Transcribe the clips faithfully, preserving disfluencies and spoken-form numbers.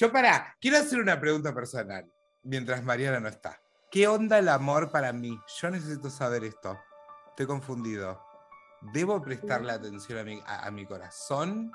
Yo pará, quiero hacer una pregunta personal, mientras Mariana no está. ¿Qué onda el amor para mí? Yo necesito saber esto. Estoy confundido. ¿Debo prestarle atención a mi, a, a mi corazón?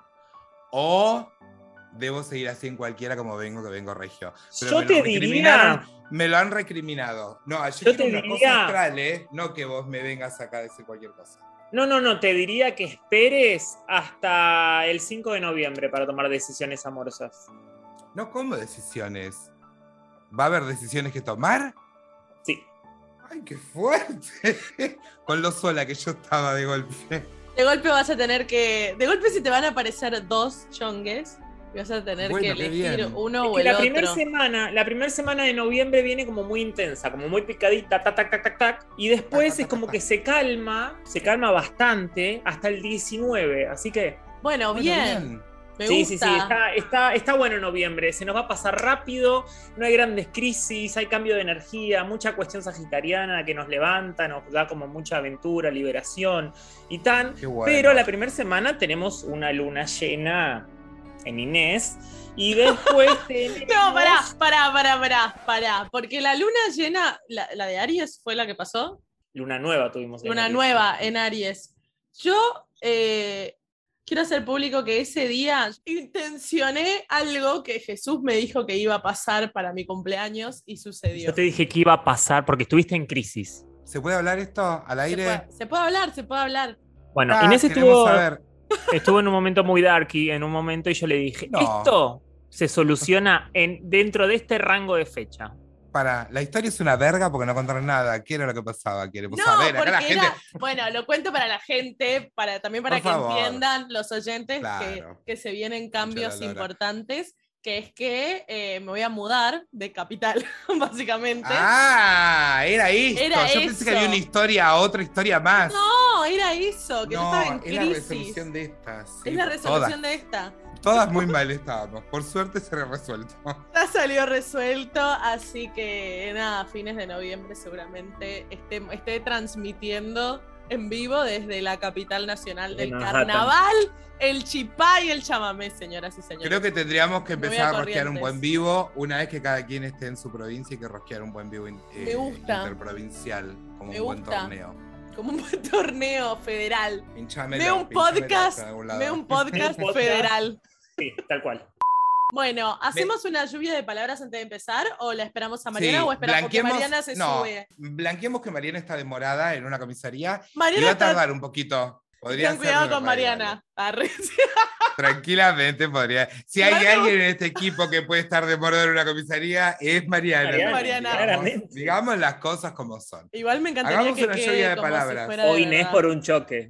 ¿O debo seguir así en cualquiera como vengo, que vengo regio? Pero yo me te lo recriminaron, diría... me lo han recriminado. No, yo, yo quiero te una diría... cosa astral, ¿eh? No que vos me vengas acá a decir cualquier cosa. No, no, no, te diría que esperes hasta el cinco de noviembre para tomar decisiones amorosas. No, ¿cómo decisiones? ¿Va a haber decisiones que tomar? Sí. ¡Ay, qué fuerte! Con lo sola que yo estaba de golpe. De golpe vas a tener que... De golpe se te van a aparecer dos chongues y vas a tener Bueno, que qué elegir bien. uno Es o que el la otro. primera semana, la primera semana de noviembre viene como muy intensa, como muy picadita, tac, tac, tac, tac, tac. Y después Tac, tac, es como tac, que tac. se calma, se calma bastante hasta el diecinueve. Así que Bueno, Bueno, bien. Me sí, gusta. sí, sí, está, está, está bueno noviembre. Se nos va a pasar rápido, no hay grandes crisis, hay cambio de energía, mucha cuestión sagitariana que nos levanta, nos da como mucha aventura, liberación y tan. Qué bueno. Pero la primera semana tenemos una luna llena en Inés y después tenemos... No, pará, pará, pará, pará, pará. Porque la luna llena, la, la de Aries fue la que pasó. Luna nueva tuvimos. en Luna Aries. nueva en Aries. Yo eh, quiero hacer público que ese día intencioné algo que Jesús me dijo que iba a pasar para mi cumpleaños y sucedió. Yo te dije que iba a pasar porque estuviste en crisis. ¿Se puede hablar esto al Se aire? puede, se puede hablar, se puede hablar. Bueno, Ah, Inés queremos estuvo, saber. estuvo en un momento muy darky, en un momento, y yo le dije, No. esto se soluciona en, dentro de este rango de fecha. Para, la historia es una verga porque no contaron nada. ¿Qué era lo que pasaba? Queremos No, saber. Acá porque la gente. era, bueno, lo cuento para la gente, para, también para Por que favor. entiendan los oyentes Claro. que, que se vienen cambios Mucha lora. importantes, que es que eh, me voy a mudar de capital, básicamente. Ah, era esto. Era Yo pensé que eso. había una historia, otra historia más. No, era eso, que yo No, estaba en es la crisis. resolución de esta. sí, es la resolución todas, de esta. Todas muy mal estábamos. Por suerte se resuelto. Ya salió resuelto, así que nada, a fines de noviembre seguramente esté, esté transmitiendo en vivo desde la capital nacional del De Manhattan. carnaval, el chipá y el chamamé, señoras y señores. Creo que tendríamos que Me voy empezar a a rosquear un Corrientes. buen vivo una vez que cada quien esté en su provincia y que rosquear un buen vivo in- eh, Me gusta. interprovincial, como Me un buen gusta. torneo. Como un buen torneo federal. Pinchámelo, Ve un pinchámelo podcast, en algún lado. ve un podcast Un podcast. federal. Sí, tal cual. Bueno, ¿hacemos una lluvia de palabras antes de empezar o la esperamos a Mariana Sí, o esperamos que blanqueemos- Mariana se no, sube? Blanqueemos que Mariana está demorada en una comisaría y Mariana va a está... tardar un poquito. Podría Ten ser cuidado de con radio, Mariana. Arre. Tranquilamente podría. Si Igual hay me alguien en este equipo que puede estar demorado en una comisaría, es Mariana. Mariana, Mariana. Digamos, claramente. digamos las cosas como son. Igual me encantaría Hagamos que una quede lluvia de como palabras. si fuera O de Inés verdad. por un choque.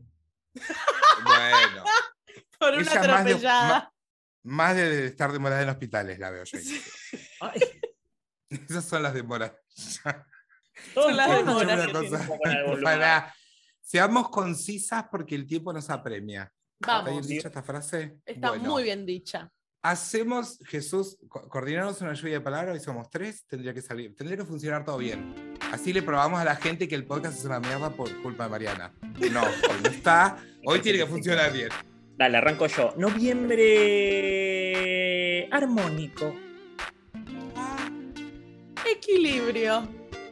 Bueno, Por una ella más de, atropellada. ma- más de estar demorada en hospitales, la veo yo. Ay, Esas son las demoras. todos Son las todos demoras nos Escuchame que una sentimos cosa. como en algún lugar. Pará. Seamos concisas porque el tiempo nos apremia. ¿Está bien Vamos, dicha esta frase? está Bueno. muy bien dicha. Hacemos, Jesús, co- coordinarnos una lluvia de palabras y somos tres, tendría que salir, tendría que funcionar todo bien. Así le probamos a la gente que el podcast es una mierda por culpa de Mariana. No, hoy no está, hoy tiene que funcionar bien. Dale, arranco yo. Noviembre armónico. Equilibrio.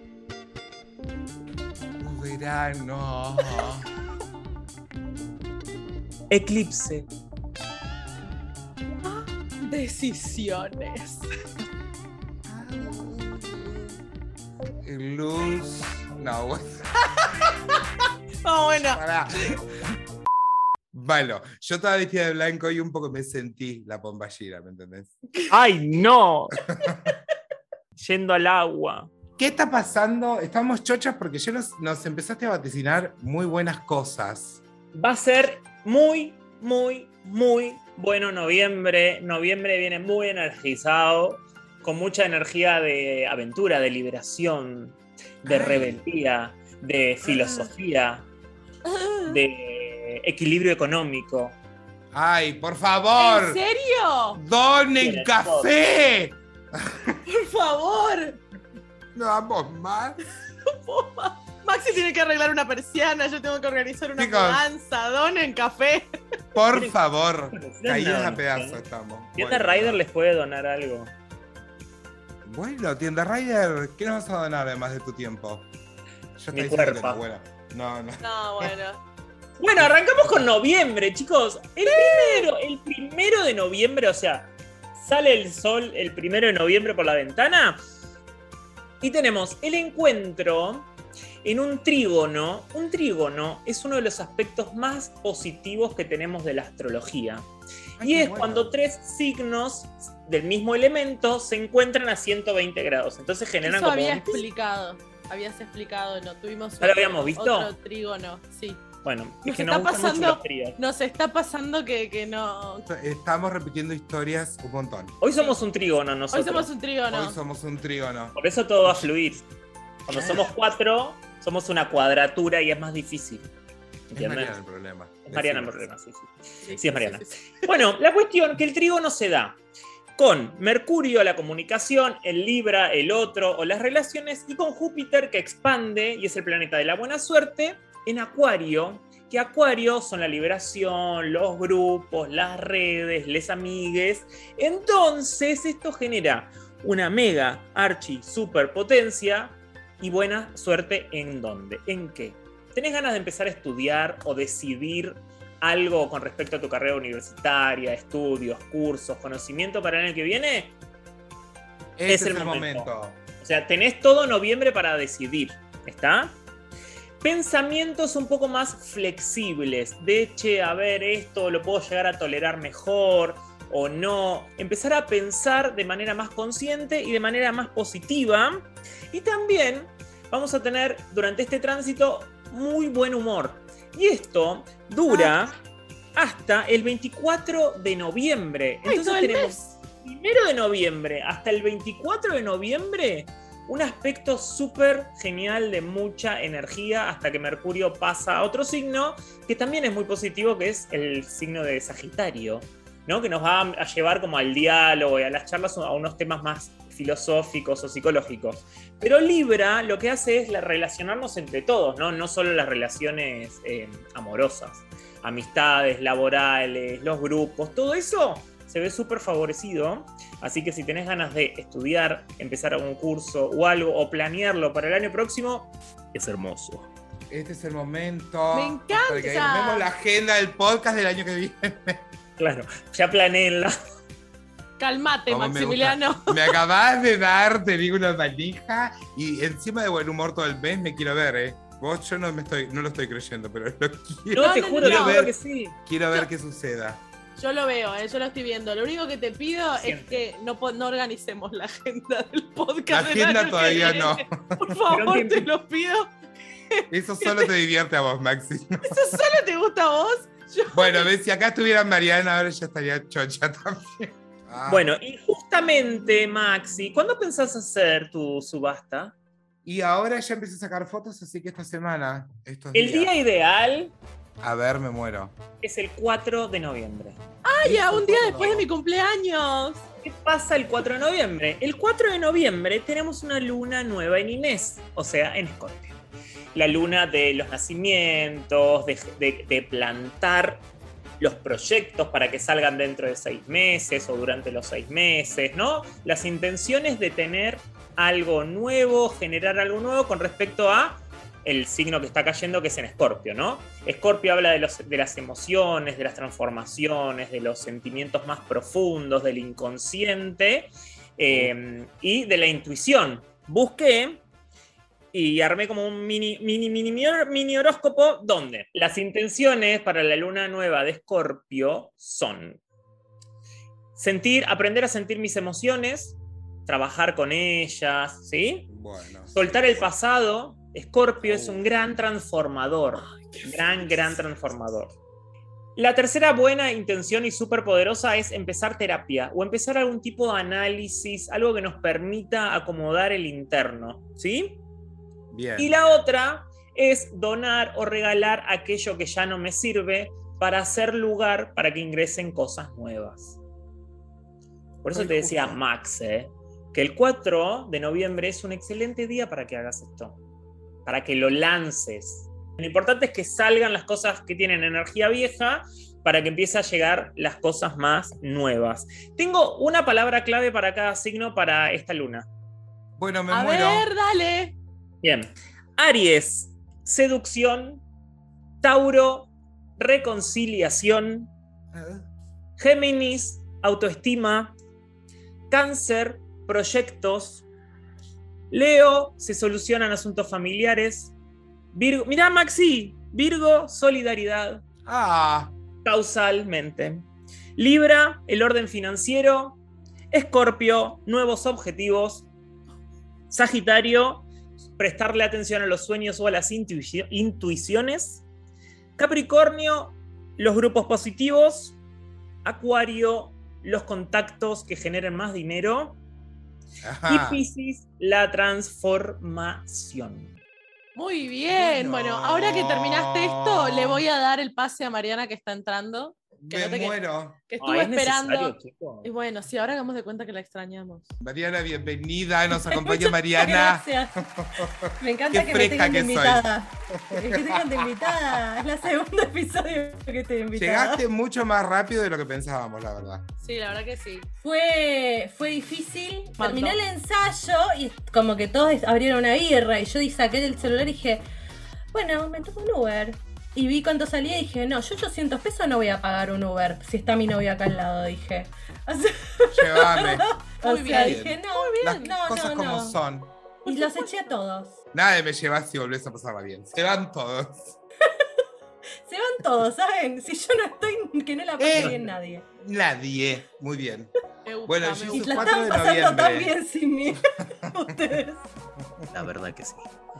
Verano. Eclipse. Decisiones. Luz. No, bueno, Oh, bueno. pará. Bueno, yo estaba vestida de blanco y un poco me sentí la pomballera, ¿me entendés? ¡Ay, no! Yendo al agua. ¿Qué está pasando? Estamos chochas porque ya nos, nos empezaste a vaticinar muy buenas cosas. Va a ser muy, muy, muy bueno noviembre. Noviembre viene muy energizado, con mucha energía de aventura, de liberación, de Ay. rebeldía, de filosofía, de equilibrio económico. Ay, por favor. ¿En serio? ¡Donen Tiene café! Por favor. No vamos más. Maxi tiene que arreglar una persiana, yo tengo que organizar una Chicos. mudanza, donen café. Por favor, Tienen- caídas a no, pedazos no. estamos. Tienda Bueno. Rider les puede donar algo. Bueno, tienda Rider, ¿qué nos vas a donar además de tu tiempo? Yo Mi estoy diciendo que cuerpo. no, bueno. No, no. No, bueno. Bueno, arrancamos con noviembre, chicos. El primero, el primero de noviembre, o sea, sale el sol el primero de noviembre por la ventana y tenemos el encuentro en un trígono. Un trígono es uno de los aspectos más positivos que tenemos de la astrología. Ay, Y qué es bueno. cuando tres signos del mismo elemento se encuentran a ciento veinte grados. Entonces generan Eso como había un... explicado. Habías explicado, no tuvimos ¿Ya lo habíamos visto? otro trígono, sí. Bueno, es Nos que no está gustan mucho pasando- los tríos. Nos está pasando que, que no. Estamos repitiendo historias un montón. Hoy somos un trígono nosotros. Hoy somos un trígono. Hoy somos un trígono. Por eso todo va a fluir. Cuando somos cuatro, somos una cuadratura y es más difícil. Es ¿Entiendes? Mariana el problema. Es Mariana el Decimos. problema, sí, sí. Sí, Sí, es Mariana. sí, sí. Bueno, la cuestión que el trígono se da con Mercurio, la comunicación, el Libra, el otro, o las relaciones, y con Júpiter, que expande y es el planeta de la buena suerte, en Acuario, que Acuario son la liberación, los grupos, las redes, les amigues. Entonces, esto genera una mega archi superpotencia y buena suerte. ¿En dónde? ¿En qué? ¿Tenés ganas de empezar a estudiar o decidir algo con respecto a tu carrera universitaria, estudios, cursos, conocimiento para el año que viene? Este Es el momento. O sea, tenés todo noviembre para decidir, ¿está? Pensamientos un poco más flexibles, de che, a ver, esto lo puedo llegar a tolerar mejor o no. Empezar a pensar de manera más consciente y de manera más positiva. Y también vamos a tener durante este tránsito muy buen humor. Y esto dura hasta el veinticuatro de noviembre. Ay, Entonces todo el tenemos mes. primero de noviembre hasta el veinticuatro de noviembre un aspecto súper genial de mucha energía hasta que Mercurio pasa a otro signo que también es muy positivo, que es el signo de Sagitario, ¿no? Que nos va a llevar como al diálogo y a las charlas a unos temas más filosóficos o psicológicos. Pero Libra lo que hace es la- relacionarnos entre todos, ¿no? No solo las relaciones eh, amorosas, amistades, laborales, los grupos, todo eso se ve súper favorecido. Así que si tenés ganas de estudiar, empezar algún curso o algo, o planearlo para el año próximo, es hermoso. Este es el momento. Me encanta. Para que armemos la agenda del podcast del año que viene. Claro, ya planeenla. Calmate, Cómo me Maximiliano. Me acabas de dar, te digo, una valija y encima de buen humor todo el mes me quiero ver, ¿eh? Vos, yo no, me estoy, no lo estoy creyendo, pero lo quiero, No, No, te no, juro, no, te no. juro ver. que sí. quiero ver qué suceda. Yo lo veo, ¿eh? Yo lo estoy viendo. Lo único que te pido Siente. es que no, po- no organicemos la agenda del La podcast. del agenda año que todavía viene. no. Por Pero favor, un te tiempo. lo pido. Eso solo te divierte a vos, Maxi. ¿Eso solo te gusta a vos? Yo- Bueno, ves, si acá estuviera Mariana, ahora ya estaría chocha también. Ah. Bueno, y justamente, Maxi, ¿cuándo pensás hacer tu subasta? Y ahora ya empecé a sacar fotos, así que esta semana, estos El días. día ideal A ver, me muero. es el cuatro de noviembre. ¡Ay, a un día Eso, después de no. mi cumpleaños! ¿Qué pasa el cuatro de noviembre? El cuatro de noviembre tenemos una luna nueva en Inés, o sea, en Escorpio. La luna de los nacimientos, de, de- de plantar los proyectos para que salgan dentro de seis meses o durante los seis meses, ¿no? Las intenciones de tener algo nuevo, generar algo nuevo con respecto a el signo que está cayendo, que es en Escorpio, ¿no? Escorpio habla de, los, de las emociones, de las transformaciones, de los sentimientos más profundos, del inconsciente eh, y de la intuición. Busqué y armé como un mini, mini, mini, mini horóscopo donde las intenciones para la luna nueva de Escorpio son sentir, aprender a sentir mis emociones, trabajar con ellas, ¿sí? Bueno. Soltar el pasado. Escorpio es un gran transformador. Gran, gran transformador. La tercera buena intención y súper poderosa es empezar terapia o empezar algún tipo de análisis, algo que nos permita acomodar el interno, ¿sí? Bien. Y la otra es donar o regalar aquello que ya no me sirve para hacer lugar para que ingresen cosas nuevas. Por eso Ay, te decía, justo. Max, ¿eh? que el cuatro de noviembre es un excelente día para que hagas esto. para que lo lances. Lo importante es que salgan las cosas que tienen energía vieja para que empiece a llegar las cosas más nuevas. Tengo una palabra clave para cada signo para esta luna. Bueno, me A muero. ver, dale. Bien. Aries, seducción. Tauro, reconciliación. Géminis, autoestima. Cáncer, proyectos. Leo, se solucionan asuntos familiares. Virgo, mirá Maxi, Virgo, solidaridad. Ah, Causalmente. Libra, el orden financiero. Escorpio, nuevos objetivos. Sagitario, prestarle atención a los sueños o a las intuici- intuiciones. Capricornio, los grupos positivos. Acuario, los contactos que generen más dinero. ajá. Y Piscis, la transformación. Muy bien. Bueno. Bueno, ahora que terminaste esto, le voy a dar el pase a Mariana que está entrando. Que Me note que- muero. Que estuve Ay, ¿es esperando. necesario, chicos? Y bueno, sí, ahora hagamos de cuenta que la extrañamos. Mariana, bienvenida. Nos acompaña Muchas Mariana. Gracias. Me encanta Qué que me fresca tengan de que soy. invitada. Que tengan de invitada. Es la segunda episodio que estoy invitada. Llegaste mucho más rápido de lo que pensábamos, la verdad. Sí, la verdad que sí. Fue, fue difícil. Mandó. Terminé el ensayo y como que todos abrieron una birra y yo saqué el celular y dije, bueno, me tomo un Uber. Y vi cuánto salía y dije, no, yo ochocientos pesos no voy a pagar un Uber si está mi novio acá al lado, dije. O sea, Llévame. o Muy sea, bien. dije, no, Las no, cosas no, como no. son. Y los eché a todos. Nada de me llevas si volvés a pasarla bien. Se van todos. Se van todos, ¿saben? Si yo no estoy, que no la pase Eh. bien nadie. Nadie. Muy bien. Me gusta, Bueno, me yo Y soy gusta. la cuatro están de pasando noviembre. tan bien sin mí. Ustedes. La verdad que sí.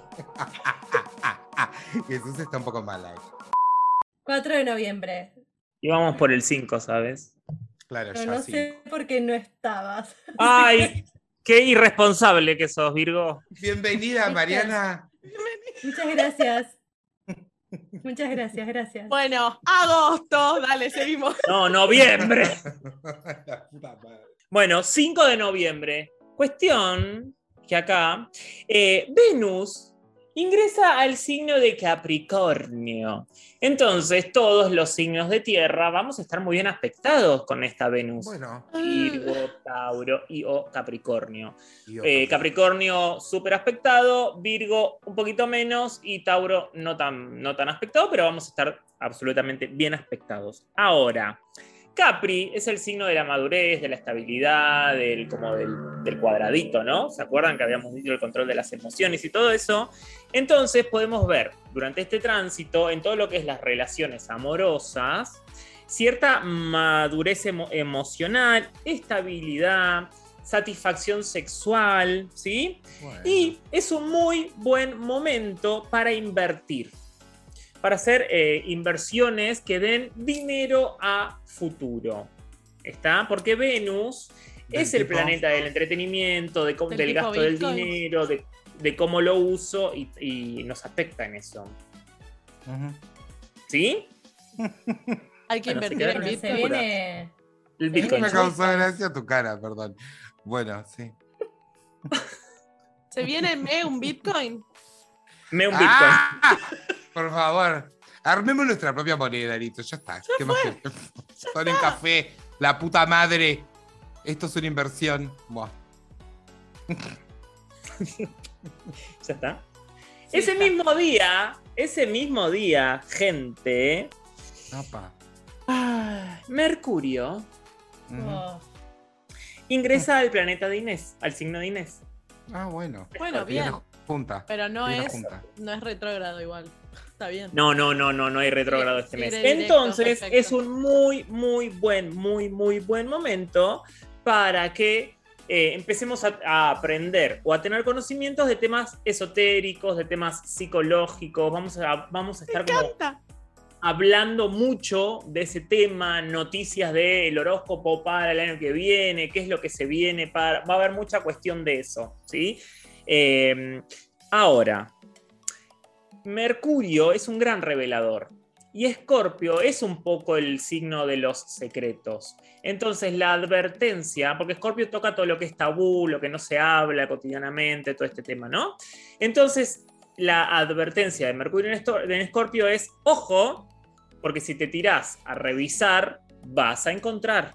Jesús está un poco mal ahí. cuatro de noviembre. Y vamos por el cinco, ¿sabes? Claro, Pero ya no sí. sé por qué no estabas. ¡Ay! ¡Qué irresponsable que sos, Virgo! Bienvenida, Mariana. Muchas gracias. Muchas gracias, gracias. Bueno, agosto. Dale, seguimos. No, noviembre. La puta madre. Bueno, cinco de noviembre. Cuestión que acá eh, Venus ingresa al signo de Capricornio. Entonces, todos los signos de tierra vamos a estar muy bien aspectados con esta Venus. Bueno. Virgo, Tauro y o Capricornio. y Eh, otro. Capricornio súper aspectado, Virgo un poquito menos y Tauro no tan, no tan aspectado, pero vamos a estar absolutamente bien aspectados. Ahora, Capri es el signo de la madurez, de la estabilidad, del, como del, del cuadradito, ¿no? ¿Se acuerdan que habíamos dicho el control de las emociones y todo eso? Entonces podemos ver durante este tránsito, en todo lo que es las relaciones amorosas, cierta madurez emo- emocional, estabilidad, satisfacción sexual, ¿sí? Bueno. Y es un muy buen momento para invertir, para hacer eh, inversiones que den dinero a futuro. ¿Está? Porque Venus Del es el tipo- planeta del entretenimiento, de cómo- Del del tipo gasto del Bitcoin. dinero, de, de cómo lo uso y, y nos afecta en eso. Ujú. ¿Sí? Hay que Bueno, se invertir en quedaron Bueno, se Bitcoin. viene. El Sí, Bitcoin. Me me causó gusta. gracia tu cara, perdón. Bueno, sí. ¿Se viene me un Bitcoin? Me un Bitcoin. ¡Ah! Por favor. Armemos nuestra propia moneda, listo. Ya está. ¿Qué más querés? Son en café. La puta madre. Esto es una inversión. Buah. Ya está. Sí, ese está. mismo día, ese mismo día, gente, Apa. Mercurio Ujú. Oh, ingresa al planeta de Inés, al signo de Inés. Ah, bueno. Bueno, Y bien. una junta. Pero no Y una es, junta. no es retrógrado igual. Está bien. No, no, no, no, no hay retrógrado este mes. Sigue directo, Entonces, perfecto. es un muy, muy buen, muy, muy buen momento para que eh, empecemos a, a aprender o a tener conocimientos de temas esotéricos, de temas psicológicos. Vamos a, vamos a estar como encanta. hablando mucho de ese tema, noticias del horóscopo para el año que viene, qué es lo que se viene, para, va a haber mucha cuestión de eso, ¿sí? Eh, ahora, Mercurio es un gran revelador y Escorpio es un poco el signo de los secretos. Entonces la advertencia, porque Escorpio toca todo lo que es tabú, lo que no se habla cotidianamente, todo este tema, ¿no? Entonces la advertencia de Mercurio en Esto- en Escorpio es, ojo, porque si te tirás a revisar, vas a encontrar.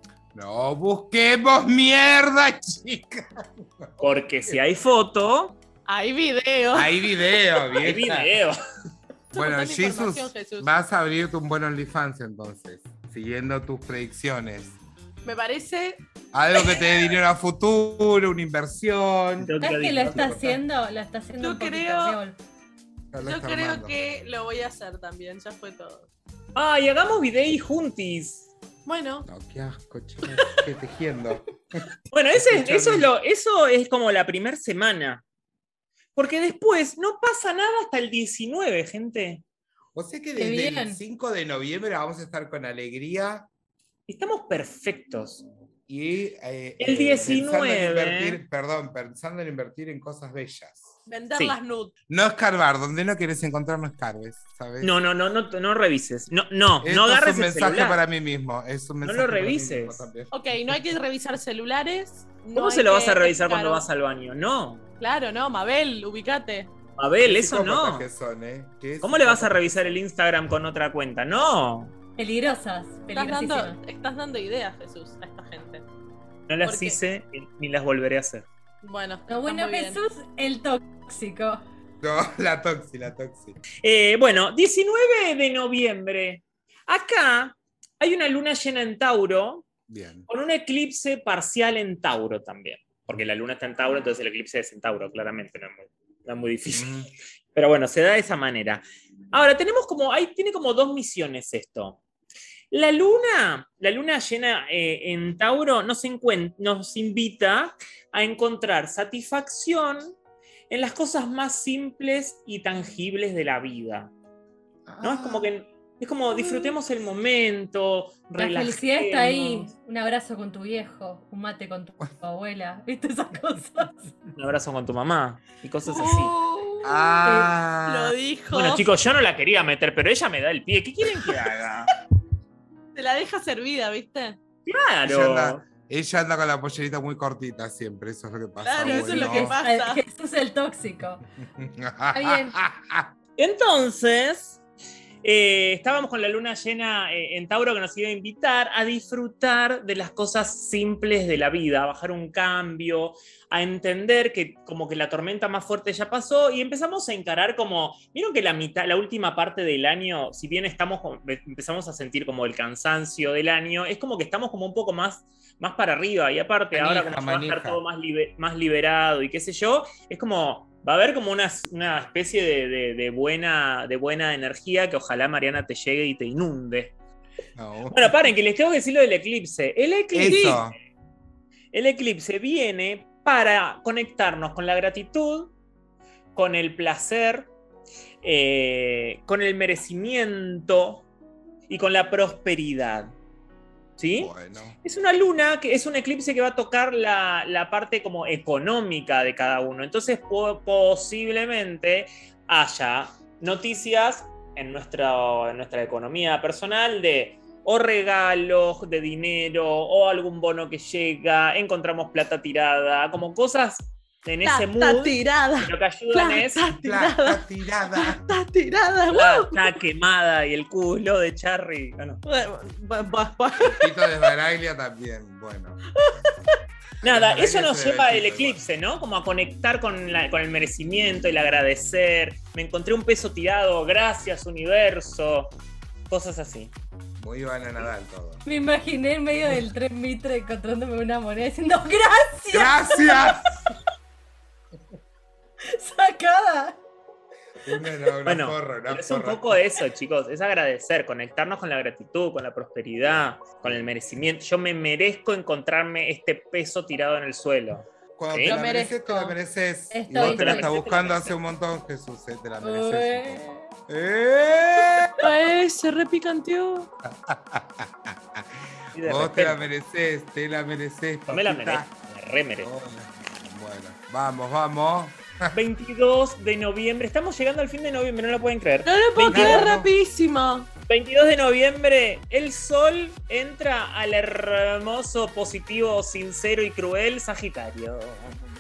No busquemos mierda, chica. Porque si hay foto, Hay video. Hay video, hay vieja. video. Bueno, Montón de Jesus, información, Jesús. vas a abrirte un buen OnlyFans entonces, siguiendo tus predicciones. Me parece. Algo que te dé dinero a futuro, una inversión. Tengo que ¿Sabes que lo adivinar. está haciendo? Lo está haciendo Yo un poquito, creo- Leol. Ya lo Yo está creo armando. que lo voy a hacer también. Ya fue todo. Ay, hagamos videi juntis. Bueno, No, qué asco, chicos, qué tejiendo. Bueno, ese, Escúchame. eso, es lo, eso es como la primera semana. Porque después no pasa nada hasta el diecinueve, gente. O sea que Qué desde el bien. cinco de noviembre vamos a estar con alegría Estamos perfectos. y eh, El eh, diecinueve. pensando en invertir, perdón, pensando en invertir en cosas bellas. vender Sí. las nudes. No escarbar, donde no quieres encontrar no escarbes, ¿sabes? No, no, no, no, no revises. No, no, Esto no agarres es un el mensaje celular. para mí mismo. Es un No mensaje lo para mí revises. mismo también. Ok, no hay que revisar celulares. no ¿Cómo hay se lo vas que- a revisar cuando claro, vas al baño? No. Claro, no, Mabel, ubicate. Mabel, Qué eso no. psicópatas que son, ¿eh? Qué ¿Cómo le vas a psicópatas revisar que el son. Instagram con otra cuenta? No. Peligrosas, Estás dando, peligrosísimas. estás dando ideas, Jesús, a esta gente. No las ¿Por qué? hice ni las volveré a hacer. Bueno, Lo está bueno, muy bien. Jesús, el tóxico. No, la toxi, la toxi. Eh, bueno, diecinueve de noviembre. Acá hay una luna llena en Tauro Bien. con un eclipse parcial en Tauro también. Porque la luna está en Tauro, entonces el eclipse es en Tauro, claramente. No es muy, no es muy difícil. Mm, Pero bueno, se da de esa manera. Ahora, tenemos como, ahí tiene como dos misiones esto. La luna, la luna llena eh, en Tauro nos, encuen- nos invita a encontrar satisfacción en las cosas más simples y tangibles de la vida. ¿No? Es como que es como disfrutemos el momento, La felicidad está ahí. relajemos. Un abrazo con tu viejo, un mate con tu abuela. ¿Viste esas cosas? Un abrazo con tu mamá y cosas así. Uh, Ah, Lo dijo. Bueno, chicos, yo no la quería meter, pero ella me da el pie. ¿Qué quieren que haga? Te la deja servida, ¿viste? ella, Claro. anda, ella anda con la pollerita muy cortita siempre, eso es lo que pasa. Claro, eso es lo que bueno. pasa. Jesús el tóxico. bien. Entonces, eh, estábamos con la luna llena eh, en Tauro que nos iba a invitar a disfrutar de las cosas simples de la vida, a bajar un cambio, a entender que como que la tormenta más fuerte ya pasó y empezamos a encarar como, vieron que la mitad, la última parte del año, si bien estamos como- empezamos a sentir como el cansancio del año, es como que estamos como un poco más, más para arriba y aparte Manija, ahora como que va a estar manija. todo más, libe- más liberado y qué sé yo, es como va a haber como una, una especie de, de- de buena, de buena energía que ojalá Mariana te llegue y te inunde. No. Bueno, paren, que les tengo que decir lo del eclipse. El eclipse, Eso. el eclipse viene para conectarnos con la gratitud, con el placer, eh, con el merecimiento y con la prosperidad. ¿Sí? Bueno. Es una luna, que es un eclipse que va a tocar la, la parte como económica de cada uno. Entonces po- posiblemente haya noticias en nuestra, en nuestra economía personal de o regalos de dinero o algún bono que llega, encontramos plata tirada, como cosas en ese Está mood. tirada. que Lo que ayudan es Está tirada. Plata tirada. Está tirada. la, ¡Wow! la quemada y el culo de Charry. Bueno. Bueno, bu- bu- bu- Tito de Baraglia también, bueno. Nada, La verdad eso que nos se ve lleva el el tipo eclipse, ¿no? Como a conectar con, la- con el merecimiento, el agradecer. Me encontré un peso tirado, gracias universo. Cosas así. Muy Ivana Nadal todo. Me imaginé en medio del tren Mitre encontrándome una moneda diciendo ¡gracias! ¡Gracias! ¡Sacada! Una, una, una Bueno, porra, una pero es un porra. poco eso, chicos. Es agradecer, conectarnos con la gratitud, con la prosperidad, con el merecimiento. Yo me merezco encontrarme este peso tirado en el suelo. Cuando ¿Sí? te Lo la mereces, merezco. te la mereces. Y Estoy- vos te la estás Te la buscando mereces. hace un montón, Jesús, eh, te la mereces. Ué. ¡Eh! Ay, se repicanteó. Y de Vos te la repente, mereces, te la mereces. no me la papita. merezco, me re merezco. Bueno, vamos, vamos. veintidós de noviembre, estamos llegando al fin de noviembre, no lo pueden creer. No lo puedo veintidós creer rapidísimo. veintidós de noviembre, el sol entra al hermoso, positivo, sincero y cruel Sagitario.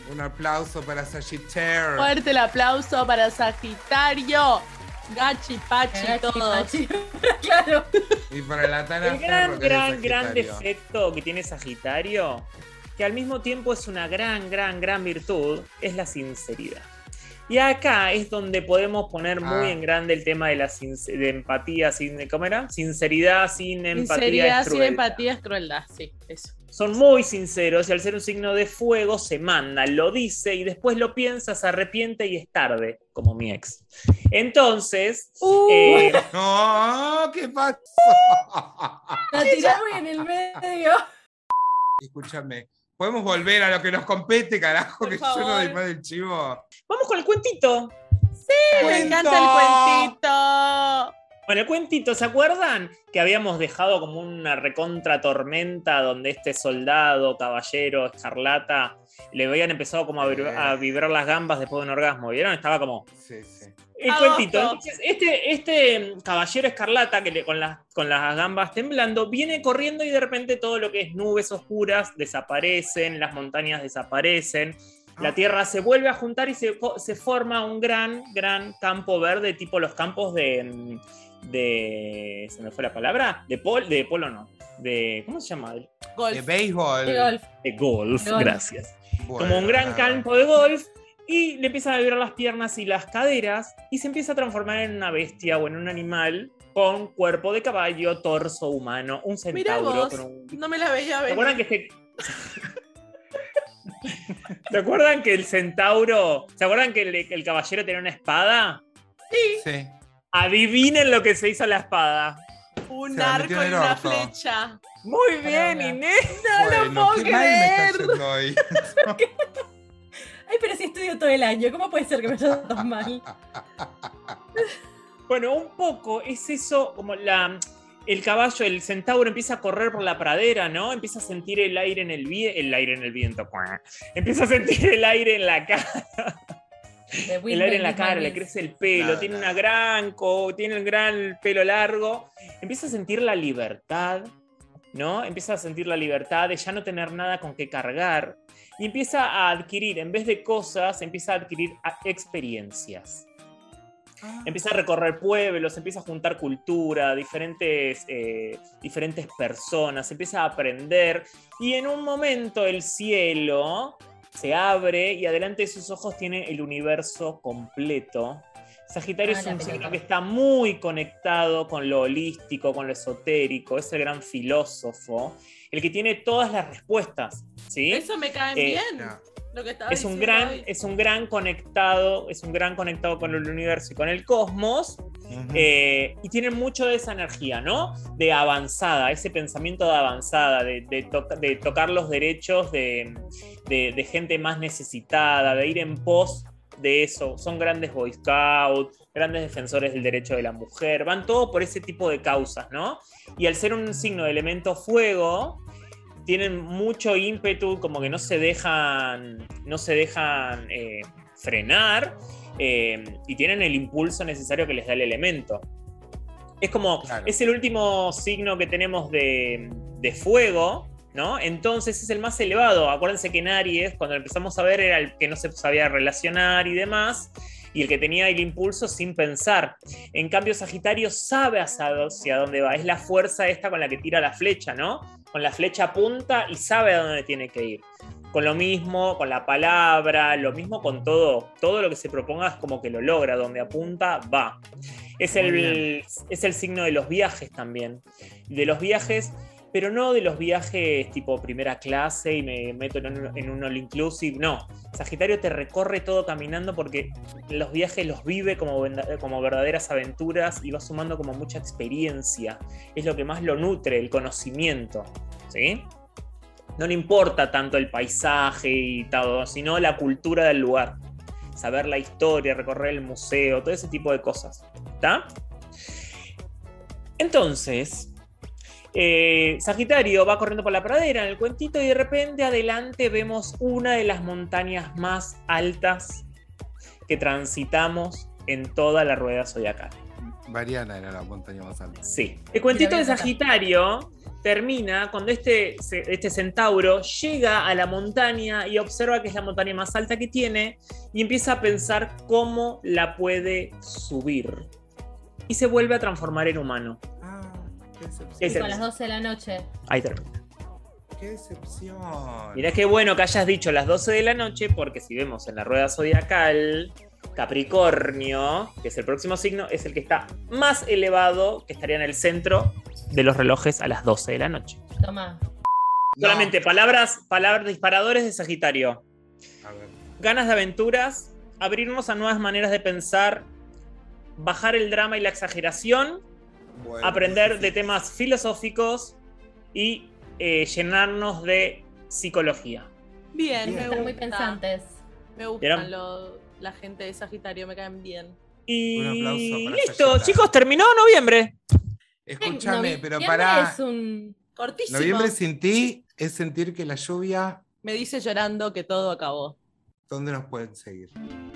Un aplauso para Sagitario. Fuerte el aplauso para Sagitario. Gachi, Pachi, Gachi, todos. Pachi. Claro. Y para la Tana El gran, Ferro, que es de gran, gran Sagitario. defecto que tiene Sagitario, que al mismo tiempo es una gran, gran, gran virtud, es la sinceridad. Y acá es donde podemos poner muy Ah. en grande el tema de la sinc- de empatía, sin, ¿cómo era? Sinceridad sin empatía. Sinceridad es sin crueldad. empatía es crueldad, sí, eso. Son muy sinceros y al ser un signo de fuego se manda, lo dice y después lo piensa, se arrepiente y es tarde, como mi ex. Entonces, Uh. eh, No, ¿qué pasó? La tiramos en el medio. Escúchame, ¿podemos volver a lo que nos compete, carajo? Por Que yo no favor. doy más del chivo. vamos con el cuentito. Me ¡Cuento! encanta el cuentito. Bueno, el cuentito, ¿se acuerdan? Que habíamos dejado como una recontra tormenta donde este soldado, caballero, escarlata, le habían empezado como a, vibra- a vibrar las gambas después de un orgasmo, ¿vieron? Estaba como... Sí, sí. El Agosto. cuentito. Entonces, este, este caballero escarlata que le, con, las, con las gambas temblando viene corriendo y de repente todo lo que es nubes oscuras desaparecen, las montañas desaparecen, la Ah. tierra se vuelve a juntar y se, fo- se forma un gran, gran campo verde, tipo los campos de... de ¿se me fue la palabra? De, pol, de polo no. De, ¿cómo se llama? De Golf. béisbol. De golf. De golf, Golf. gracias. Bueno, Como un gran nada. campo de golf. Y le empiezan a vibrar las piernas y las caderas y se empieza a transformar en una bestia o en un animal con cuerpo de caballo, torso humano, un Mirá centauro. vos, Con un... no me la veía ¿Se venir. acuerdan que este... ¿Se acuerdan que el centauro... ¿Se acuerdan que el, el caballero tenía una espada? Sí. Adivinen lo que se hizo a la espada. Un Se la arco metió en y el una orto. flecha. Muy bien, Caramba. Inés. Bueno, puedo qué mal me está creer. yendo hoy. Ay, pero si estudio todo el año, ¿cómo puede ser que me vaya tan mal? Bueno, un poco es eso, como la... El caballo, el centauro empieza a correr por la pradera, ¿no? Empieza a sentir el aire en el viento. El aire en el viento. Empieza a sentir el aire en la cara. The wind El aire en la beneath my cara, le wings. crece el pelo, Nada, tiene nada. una gran co, tiene el gran pelo largo. Empieza a sentir la libertad, ¿no? Empieza a sentir la libertad de ya no tener nada con qué cargar. Y empieza a adquirir, en vez de cosas, empieza a adquirir a- experiencias. Empieza a recorrer pueblos, empieza a juntar cultura, diferentes, eh, diferentes personas, empieza a aprender y en un momento el cielo se abre y adelante de sus ojos tiene el universo completo. Sagitario Ah, es la un pelota. signo que está muy conectado con lo holístico, con lo esotérico, es el gran filósofo, el que tiene todas las respuestas, ¿sí? Eso me cae Eh, bien. No. Lo que estaba Es un, diciendo gran, hoy. es un gran conectado, es un gran conectado con el universo y con el cosmos, Ujú. eh, y tienen mucho de esa energía, ¿no? De avanzada, ese pensamiento de avanzada, de, de, to- de tocar los derechos de, de- de gente más necesitada, de ir en pos de eso. Son grandes Boy Scouts, grandes defensores del derecho de la mujer, van todos por ese tipo de causas, ¿no? Y al ser un signo de elemento fuego, tienen mucho ímpetu, como que no se dejan, no se dejan eh, frenar eh, y tienen el impulso necesario que les da el elemento. Es como, Claro. es el último signo que tenemos de, de fuego, ¿no? Entonces es el más elevado. Acuérdense que en Aries, cuando empezamos a ver, era el que no se sabía relacionar y demás, y el que tenía el impulso sin pensar. En cambio, Sagitario sabe hacia, hacia dónde va. Es la fuerza esta con la que tira la flecha, ¿no? Con la flecha apunta y sabe a dónde tiene que ir. Con lo mismo, con la palabra, lo mismo con todo. Todo lo que se proponga es como que lo logra. Donde apunta, va. Es Muy el, bien. es el signo de los viajes también. De los viajes, pero no de los viajes tipo primera clase y me meto en un, en un all inclusive. No. Sagitario te recorre todo caminando porque los viajes los vive como, venda- como verdaderas aventuras y va sumando como mucha experiencia. Es lo que más lo nutre, el conocimiento. ¿Sí? No le importa tanto el paisaje y todo, sino la cultura del lugar. Saber la historia, recorrer el museo, todo ese tipo de cosas. ¿Está? Entonces, eh, Sagitario va corriendo por la pradera en el cuentito y de repente adelante vemos una de las montañas más altas que transitamos en toda la rueda zodiacal. Mariana era la montaña más alta. Sí. El cuentito de Sagitario termina cuando este, este centauro llega a la montaña y observa que es la montaña más alta que tiene y empieza a pensar cómo la puede subir. Y se vuelve a transformar en humano. Ah, qué decepción. ¿Qué Y a las doce de la noche. Ahí termina. Qué decepción. Mirá qué bueno que hayas dicho las doce de la noche, porque si vemos en la rueda zodiacal, Capricornio, que es el próximo signo, es el que está más elevado, que estaría en el centro de los relojes a las doce de la noche. Toma. No. Solamente palabras, palabras disparadores de Sagitario. A ver. Ganas de aventuras, abrirnos a nuevas maneras de pensar, bajar el drama y la exageración, Bueno, aprender sí, sí. de temas filosóficos y eh, llenarnos de psicología. Bien, Bien. me Están muy gusta. pensantes. Me gustan ¿Vieron? lo- la gente de Sagitario, me caen bien. Y Un aplauso para listo, Sagitario. chicos, terminó noviembre. Escúchame, Novi- pero noviembre para. Es un... Cortísimo. Noviembre sin ti es sentir que la lluvia. Me dice llorando que todo acabó. ¿Dónde nos pueden seguir?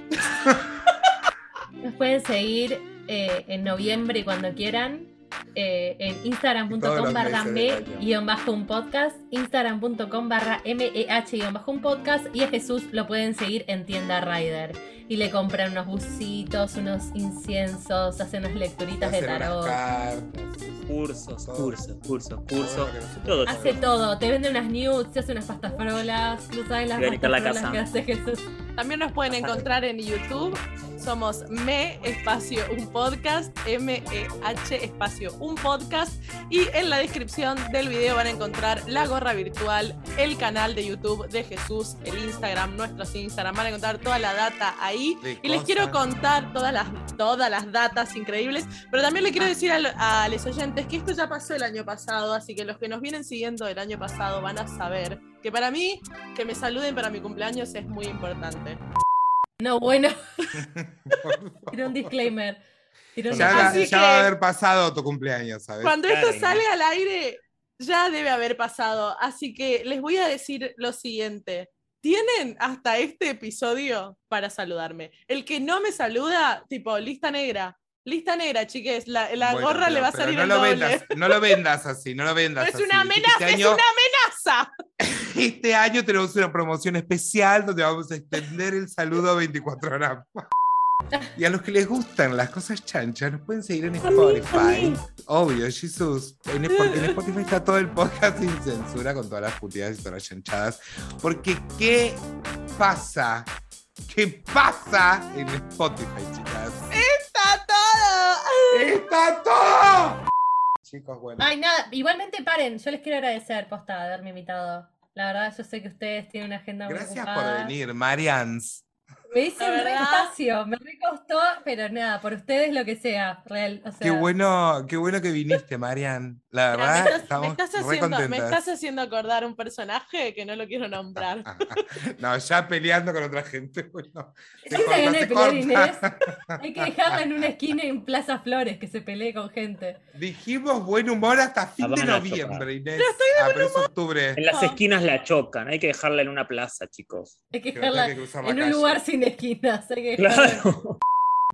Nos pueden seguir eh, en noviembre cuando quieran. Eh, en Todos instagram.com los barra meses me del año. guión bajo un podcast, instagram.com barra meh guión bajo un podcast, y a Jesús lo pueden seguir en Tienda Rider y le compran unos bucitos, unos inciensos, hacen unas lecturitas de Hacer unas tarot, cartas. Cursos, Todo. cursos, cursos, Todo cursos. lo que nosotros Todo. hacemos. hace todo, te vende unas nudes, te hace unas pastafrolas, no saben las Voy a limpiar la pastafrolas casa. que hace Jesús. También nos pueden encontrar en YouTube. Somos Me Espacio Un Podcast, M E H Espacio Un Podcast. Y en la descripción del video van a encontrar la gorra virtual, el canal de YouTube de Jesús, el Instagram, nuestros Instagram. Van a encontrar toda la data ahí. De Y les quiero cosas. contar todas las, todas las datas increíbles. Pero también le quiero decir a, lo- a los oyentes que esto ya pasó el año pasado. Así que los que nos vienen siguiendo el año pasado van a saber que para mí, que me saluden para mi cumpleaños es muy importante. No, bueno, Por favor. tira un disclaimer. Tira un Ya, Así la- disclaimer. ya que- va a haber pasado tu cumpleaños, ¿sabes? Cuando Claro, esto y- sale al aire, ya debe haber pasado. Así que les voy a decir lo siguiente. Tienen hasta este episodio para saludarme. El que no me saluda, tipo, lista negra. Lista negra, chiques. La, la Bueno, gorra pero- le va a pero salir no el lo doble. vendas, no lo vendas así, no lo No vendas es así. una amenaza, Este es año, una amenaza. este año tenemos una promoción especial donde vamos a extender el saludo veinticuatro horas. Y a los que les gustan las cosas chanchas, nos pueden seguir en Spotify. Obvio, Jesús. En, porque en Spotify está todo el podcast sin censura con todas las puteadas y todas las chanchadas. Porque, ¿qué pasa? ¿Qué pasa en Spotify, chicas? Está todo. ¡Está todo! Chicos, bueno. Ay, nada, igualmente paren, yo les quiero agradecer, posta, de haberme invitado. La verdad, yo sé que ustedes tienen una agenda muy Gracias por ocupada. venir, Marians. Me dicen La re verdad. espacio, me recostó, pero nada, por ustedes lo que sea, real. O sea, Qué bueno, qué bueno que viniste, Marian. La Mira, verdad, me, estás, estamos me estás re haciendo, me contentas. estás haciendo acordar un personaje que no lo quiero nombrar. No, ya peleando con otra gente. Bueno, se Tiene corta, ganas de se pelear, corta. hay que dejarla en una esquina en Plaza Flores, que se pelee con gente. Dijimos buen humor hasta fin La de van a noviembre, Inés. Pero estoy de Ah, pero es octubre. En las No. esquinas la chocan, hay que dejarla en una plaza, chicos. Hay que Que no tenga dejarla que cruzar la en un calle. lugar sin esquinas, hay que dejarla. Claro.